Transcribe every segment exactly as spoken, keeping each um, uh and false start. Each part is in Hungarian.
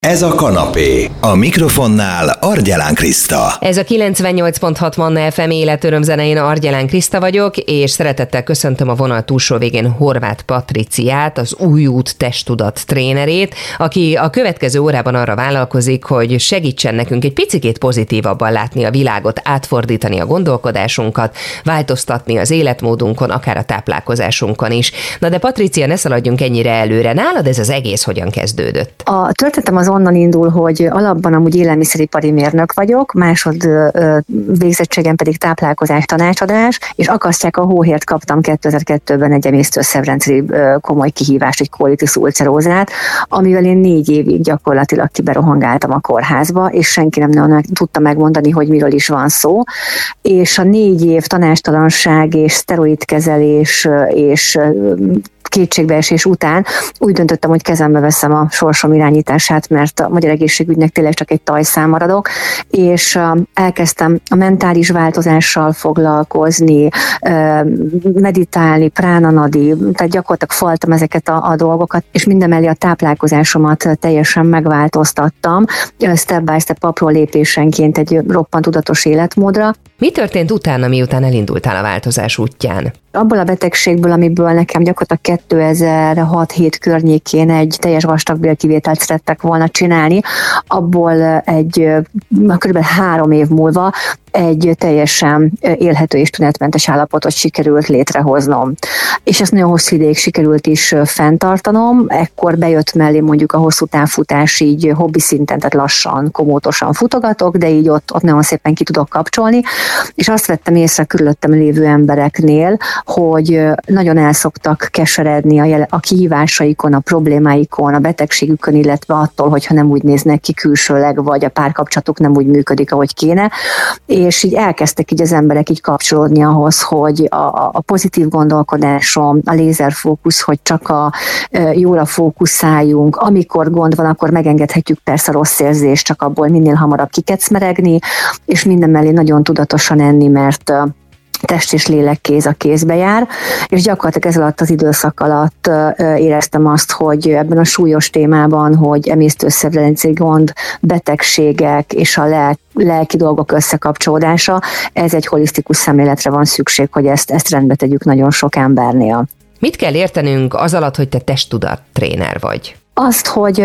Ez a kanapé. A mikrofonnál Argyelán Kriszta. Ez a kilencvennyolc pont hat Manna ef em életörömzene, én Argyelán Kriszta vagyok, és szeretettel köszöntöm a vonal túlsó végén Horváth Patriciát, az Új Út Testtudat trénerét, aki a következő órában arra vállalkozik, hogy segítsen nekünk egy picikét pozitívabban látni a világot, átfordítani a gondolkodásunkat, változtatni az életmódunkon, akár a táplálkozásunkon is. Na de Patricia, ne szaladjunk ennyire előre. Nálad ez az egész hogyan kezdődött? A történetem az onnan indul, hogy alapban amúgy élelmiszeripari mérnök vagyok, másod végzettségem pedig táplálkozás tanácsadás, és akasztják a hóhért kaptam kétezer-kettőben egy emésztőszervrendszeri komoly kihívást, egy colitis ulcerózát, amivel én négy évig gyakorlatilag kiberohangáltam a kórházba, és senki nem, nem tudta megmondani, hogy miről is van szó, és a négy év tanástalanság és szteroidkezelés és kétségbeesés után úgy döntöttem, hogy kezembe veszem a sorsom irányítását, mert a magyar egészségügynek tényleg csak egy tajszám maradok, és elkezdtem a mentális változással foglalkozni, meditálni, pránanadi, tehát gyakorlatilag faltam ezeket a, a dolgokat, és mindemellé a táplálkozásomat teljesen megváltoztattam, step by step, apró lépésenként egy roppant tudatos életmódra. Mi történt utána, miután elindultál a változás útján? Abból a betegségből, amiből nekem gyakorlatilag kétezer-hat-hét környékén egy teljes vastagbélkivételt szerettek volna csinálni, abból egy kb. három év múlva egy teljesen élhető és tünetmentes állapotot sikerült létrehoznom. És ezt nagyon hosszú ideig sikerült is fenntartanom, ekkor bejött mellé mondjuk a hosszú távfutás, így hobbi szinten, tehát lassan, komótosan futogatok, de így ott, ott nagyon szépen ki tudok kapcsolni, és azt vettem észre körülöttem lévő embereknél, hogy nagyon elszoktak keseredni a, jele, a kihívásaikon, a problémáikon, a betegségükön, illetve attól, hogyha nem úgy néznek ki külsőleg, vagy a párkapcsolatuk nem úgy működik, ahogy kéne, és így elkezdtek így az emberek így kapcsolódni ahhoz, hogy a, a pozitív gondolkodásom, a lézerfókusz, hogy csak a jóra fókuszáljunk, amikor gond van, akkor megengedhetjük persze a rossz érzést, csak abból minél hamarabb kikecmeregni, és minden mellé nagyon tudatosan enni, mert test és lélek kéz a kézbe jár, és gyakorlatilag ez alatt az időszak alatt éreztem azt, hogy ebben a súlyos témában, hogy emésztőszervrendszeri gond, betegségek és a lelk, lelki dolgok összekapcsolódása, ez egy holisztikus szemléletre van szükség, hogy ezt, ezt rendbe tegyük nagyon sok embernél. Mit kell értenünk az alatt, hogy te testtudat tréner vagy? Azt, hogy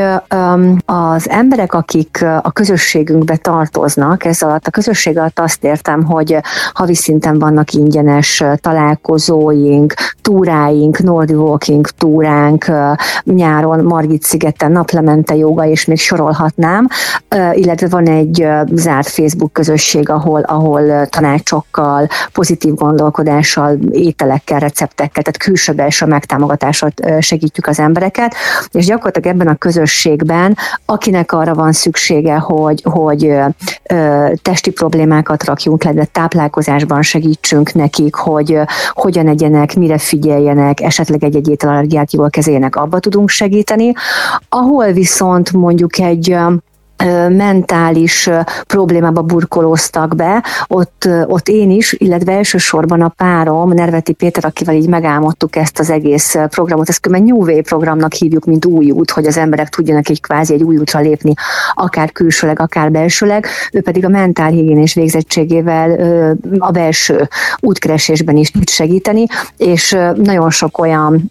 az emberek, akik a közösségünkbe tartoznak, ez alatt a közösség alatt azt értem, hogy havi szinten vannak ingyenes találkozóink, túráink, Nordi Walking túránk, nyáron Margit-szigeten naplemente jóga, és még sorolhatnám, illetve van egy zárt Facebook közösség, ahol, ahol tanácsokkal, pozitív gondolkodással, ételekkel, receptekkel, tehát külső-belső megtámogatással segítjük az embereket, és gyakorlatilag ebben a közösségben, akinek arra van szüksége, hogy, hogy ö, testi problémákat rakjunk le, de táplálkozásban segítsünk nekik, hogy ö, hogyan egyenek, mire figyeljenek, esetleg egy-egy ételallergiát jól kezeljenek, abba tudunk segíteni. Ahol viszont mondjuk egy mentális problémába burkolóztak be, ott, ott én is, illetve elsősorban a párom, Nerveti Péter, akivel így megálmodtuk ezt az egész programot, ezt egy New Way programnak hívjuk, mint új út, hogy az emberek tudjanak egy kvázi egy új útra lépni, akár külsőleg, akár belsőleg, ő pedig a mentálhigiénés végzettségével a belső útkeresésben is tud segíteni, és nagyon sok olyan,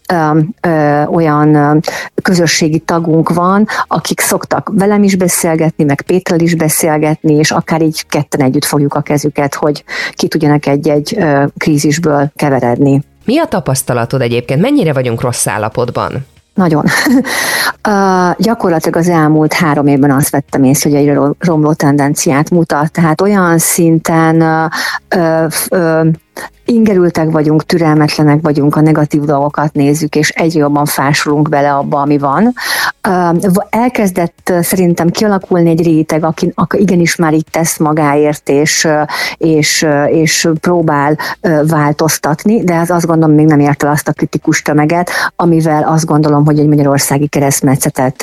olyan közösségi tagunk van, akik szoktak velem is beszélni, meg Péterrel is beszélgetni, és akár így ketten együtt fogjuk a kezüket, hogy ki tudjanak egy-egy krízisből keveredni. Mi a tapasztalatod egyébként? Mennyire vagyunk rossz állapotban? Nagyon. uh, gyakorlatilag az elmúlt három évben azt vettem észre, hogy egy romló tendenciát mutat. Tehát olyan szinten uh, uh, uh, ingerültek vagyunk, türelmetlenek vagyunk, a negatív dolgokat nézzük, és egyre jobban fásulunk bele abba, ami van. Elkezdett szerintem kialakulni egy réteg, aki, aki igenis már így tesz magáért, és, és, és próbál változtatni, de ez azt gondolom még nem ért el azt a kritikus tömeget, amivel azt gondolom, hogy egy magyarországi keresztmetszetet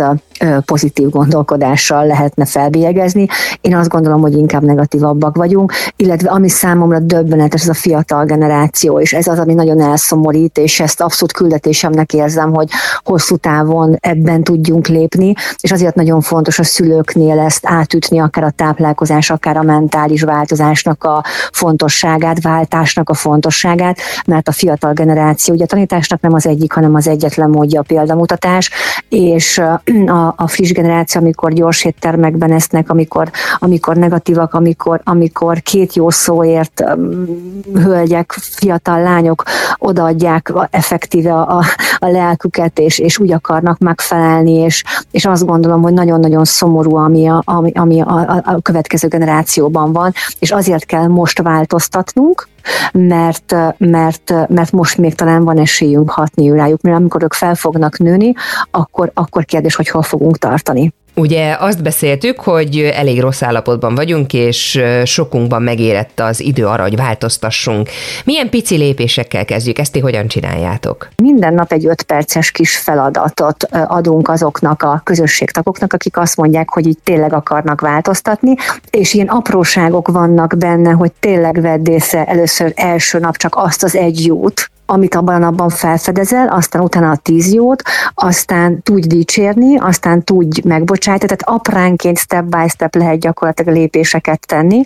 pozitív gondolkodással lehetne felbélyegezni. Én azt gondolom, hogy inkább negatívabbak vagyunk, illetve ami számomra döbbenetes, ez a fiatal generáció, és ez az, ami nagyon elszomorít, és ezt abszolút küldetésemnek érzem, hogy hosszú távon ebben tudjunk lépni, és azért nagyon fontos a szülőknél ezt átütni, akár a táplálkozás, akár a mentális változásnak a fontosságát, váltásnak a fontosságát, mert a fiatal generáció, ugye a tanításnak nem az egyik, hanem az egyetlen módja a példamutatás, és a, a friss generáció, amikor gyors éttermekben esznek, amikor, amikor negatívak, amikor, amikor két jó szóért um, hölgyek, fiatal lányok odaadják effektíve a, a lelküket, és, és úgy akarnak megfelelni, és, és azt gondolom, hogy nagyon-nagyon szomorú, ami, a, ami, ami a, a következő generációban van, és azért kell most változtatnunk, mert, mert, mert most még talán van esélyünk hatni rájuk, mert amikor ők fel fognak nőni, akkor, akkor kérdés, hogy hol fogunk tartani. Ugye azt beszéltük, hogy elég rossz állapotban vagyunk, és sokunkban megérett az idő arra, hogy változtassunk. Milyen pici lépésekkel kezdjük? Ezt ti hogyan csináljátok? Minden nap egy öt perces kis feladatot adunk azoknak a közösségtagoknak, akik azt mondják, hogy így tényleg akarnak változtatni, és ilyen apróságok vannak benne, hogy tényleg vedd észre először első nap csak azt az egy jót, amit abban a napban felfedezel, aztán utána a tíz jót, aztán tudj dicsérni, aztán tudj megbocsájtani, tehát apránként step by step lehet gyakorlatilag lépéseket tenni,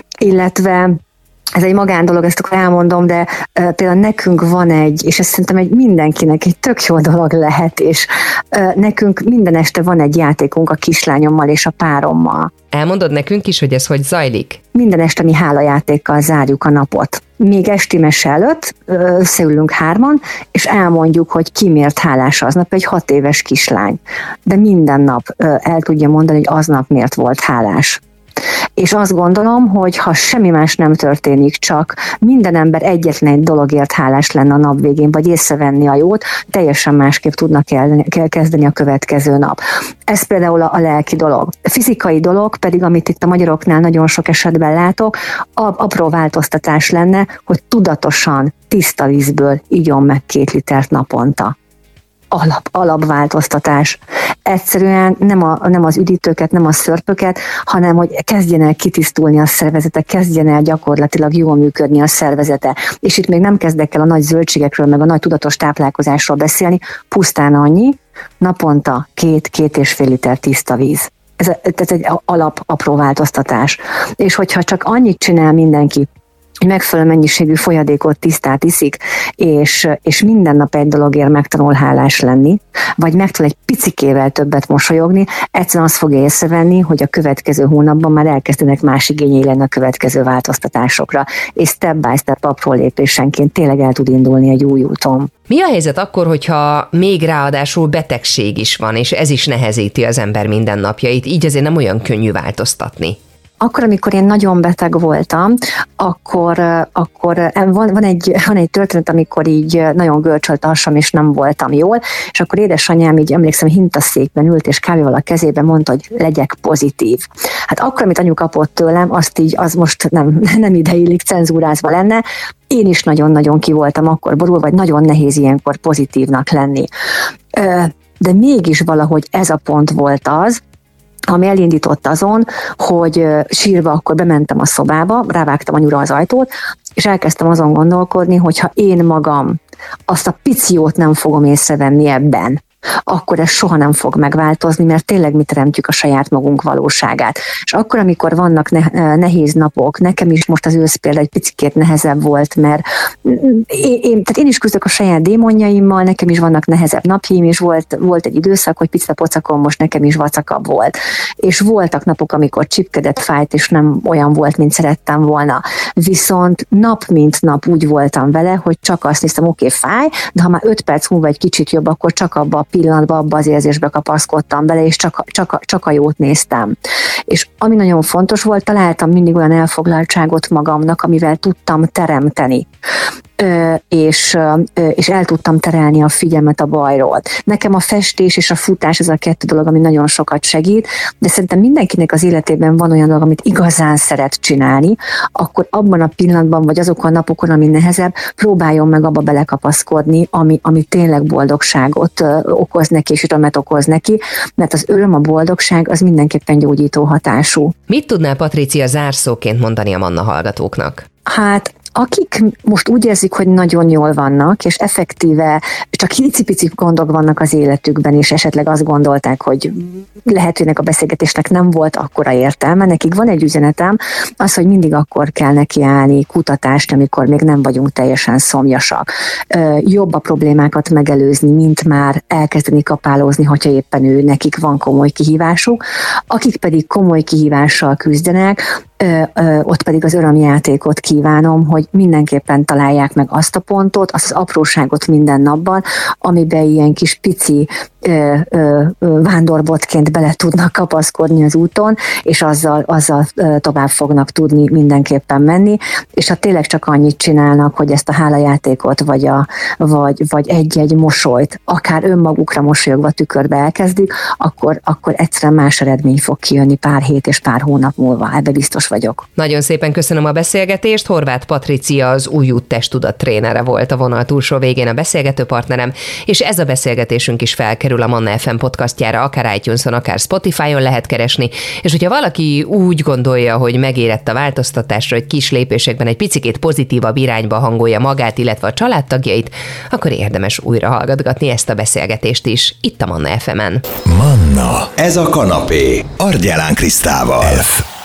illetve ez egy magándolog, ezt akkor elmondom, de uh, például nekünk van egy, és ez szerintem egy mindenkinek egy tök jó dolog lehet, és uh, nekünk minden este van egy játékunk a kislányommal és a párommal. Elmondod nekünk is, hogy ez hogy zajlik? Minden este mi hálajátékkal zárjuk a napot. Még esti mese előtt összeülünk hárman, és elmondjuk, hogy ki miért hálás aznap, egy hat éves kislány. De minden nap el tudja mondani, hogy aznap miért volt hálás. És azt gondolom, hogy ha semmi más nem történik, csak minden ember egyetlen egy dologért hálás lenne a nap végén, vagy észrevenni a jót, teljesen másképp tudnak kell kezdeni a következő nap. Ez például a lelki dolog. A fizikai dolog pedig, amit itt a magyaroknál nagyon sok esetben látok, apró változtatás lenne, hogy tudatosan tiszta vízből igyon meg két litert naponta. Alap, alapváltoztatás. Egyszerűen nem, a, nem az üdítőket, nem a szörpöket, hanem hogy kezdjen el kitisztulni a szervezete, kezdjen el gyakorlatilag jól működni a szervezete. És itt még nem kezdek el a nagy zöldségekről, meg a nagy tudatos táplálkozásról beszélni, pusztán annyi, naponta két-két és fél liter tiszta víz. Ez, ez egy alap, apró változtatás. És hogyha csak annyit csinál mindenki, hogy megfelelő mennyiségű folyadékot, tisztát iszik, és, és minden nap egy dologért megtanul hálás lenni, vagy megtanul egy picikével többet mosolyogni, egyszerűen azt fogja észrevenni, hogy a következő hónapban már elkezdenek más igényei lenni a következő változtatásokra, és step by step apró lépésenként tényleg el tud indulni egy új úton. Mi a helyzet akkor, hogyha még ráadásul betegség is van, és ez is nehezíti az ember mindennapjait, így azért nem olyan könnyű változtatni? Akkor, amikor én nagyon beteg voltam, akkor, akkor van, van, egy, van egy történet, amikor így nagyon görcsölt a hasam, és nem voltam jól, és akkor édesanyám így emlékszem, hintaszékben ült, és kávéval a kezében mondta, hogy legyek pozitív. Hát akkor, amit anyu kapott tőlem, azt így, az most nem, nem ide illik, cenzúrázva lenne. Én is nagyon-nagyon ki voltam akkor borul, vagy nagyon nehéz ilyenkor pozitívnak lenni. De mégis valahogy ez a pont volt az, ami elindított azon, hogy sírva akkor bementem a szobába, rávágtam anyura az ajtót, és elkezdtem azon gondolkodni, hogy ha én magam azt a pici jót nem fogom észrevenni ebben, akkor ez soha nem fog megváltozni, mert tényleg mi teremtjük a saját magunk valóságát. És akkor, amikor vannak ne- nehéz napok, nekem is most az ősz például egy picikét nehezebb volt, mert én, én, tehát én is küzdök a saját démonjaimmal, nekem is vannak nehezebb napjaim, és volt, volt egy időszak, hogy picit a pocakon most nekem is vacakabb volt. És voltak napok, amikor csipkedett, fájt, és nem olyan volt, mint szerettem volna. Viszont nap mint nap úgy voltam vele, hogy csak azt néztem, oké, okay, fáj, de ha már öt perc múlva egy kicsit jobb, akkor csak abba a pillanatban, abba az érzésbe kapaszkodtam bele, és csak, csak, csak a jót néztem. És ami nagyon fontos volt, találtam mindig olyan elfoglaltságot magamnak, amivel tudtam teremteni. és, és el tudtam terelni a figyelmet a bajról. Nekem a festés és a futás ez a kettő dolog, ami nagyon sokat segít, de szerintem mindenkinek az életében van olyan dolog, amit igazán szeret csinálni, akkor abban a pillanatban, vagy azokon a napokon, ami nehezebb, próbáljon meg abba belekapaszkodni, ami, ami tényleg boldogságot okoz neki, és örömet okoz neki, mert az öröm, a boldogság az mindenképpen gyógyító hatású. Mit tudnál, Patricia, zárszóként mondani a Manna hallgatóknak? Hát akik most úgy érzik, hogy nagyon jól vannak, és effektíve csak icipici gondok vannak az életükben, és esetleg azt gondolták, hogy lehetőnek a beszélgetésnek nem volt akkora értelme, nekik van egy üzenetem, az, hogy mindig akkor kell nekiállni kutatást, amikor még nem vagyunk teljesen szomjasak. Jobb a problémákat megelőzni, mint már elkezdeni kapálózni, hogyha éppen ő nekik van komoly kihívásuk. Akik pedig komoly kihívással küzdenek, Ö, ö, ott pedig az örömjátékot kívánom, hogy mindenképpen találják meg azt a pontot, azt az apróságot minden napban, amiben ilyen kis pici ö, ö, vándorbotként bele tudnak kapaszkodni az úton, és azzal, azzal ö, tovább fognak tudni mindenképpen menni, és ha tényleg csak annyit csinálnak, hogy ezt a hálajátékot, vagy, a, vagy, vagy egy-egy mosolyt, akár önmagukra mosolyogva tükörbe elkezdik, akkor, akkor egyszerűen más eredmény fog kijönni pár hét és pár hónap múlva, ebbe biztos vagyok. Nagyon szépen köszönöm a beszélgetést. Horváth Patricia, az Újút testtudat trénere volt a vonal túlsó végén a beszélgető partnerem, és ez a beszélgetésünk is felkerül a Manna ef em podcastjára, akár iTunes-on, akár Spotify-on lehet keresni, és hogyha valaki úgy gondolja, hogy megérett a változtatásra, hogy kis lépésekben egy picikét pozitívabb irányba hangolja magát, illetve a családtagjait, akkor érdemes újra hallgatgatni ezt a beszélgetést is, itt a Manna ef emen. Manna, ez a kanapé, Argyelán Krisztával. F.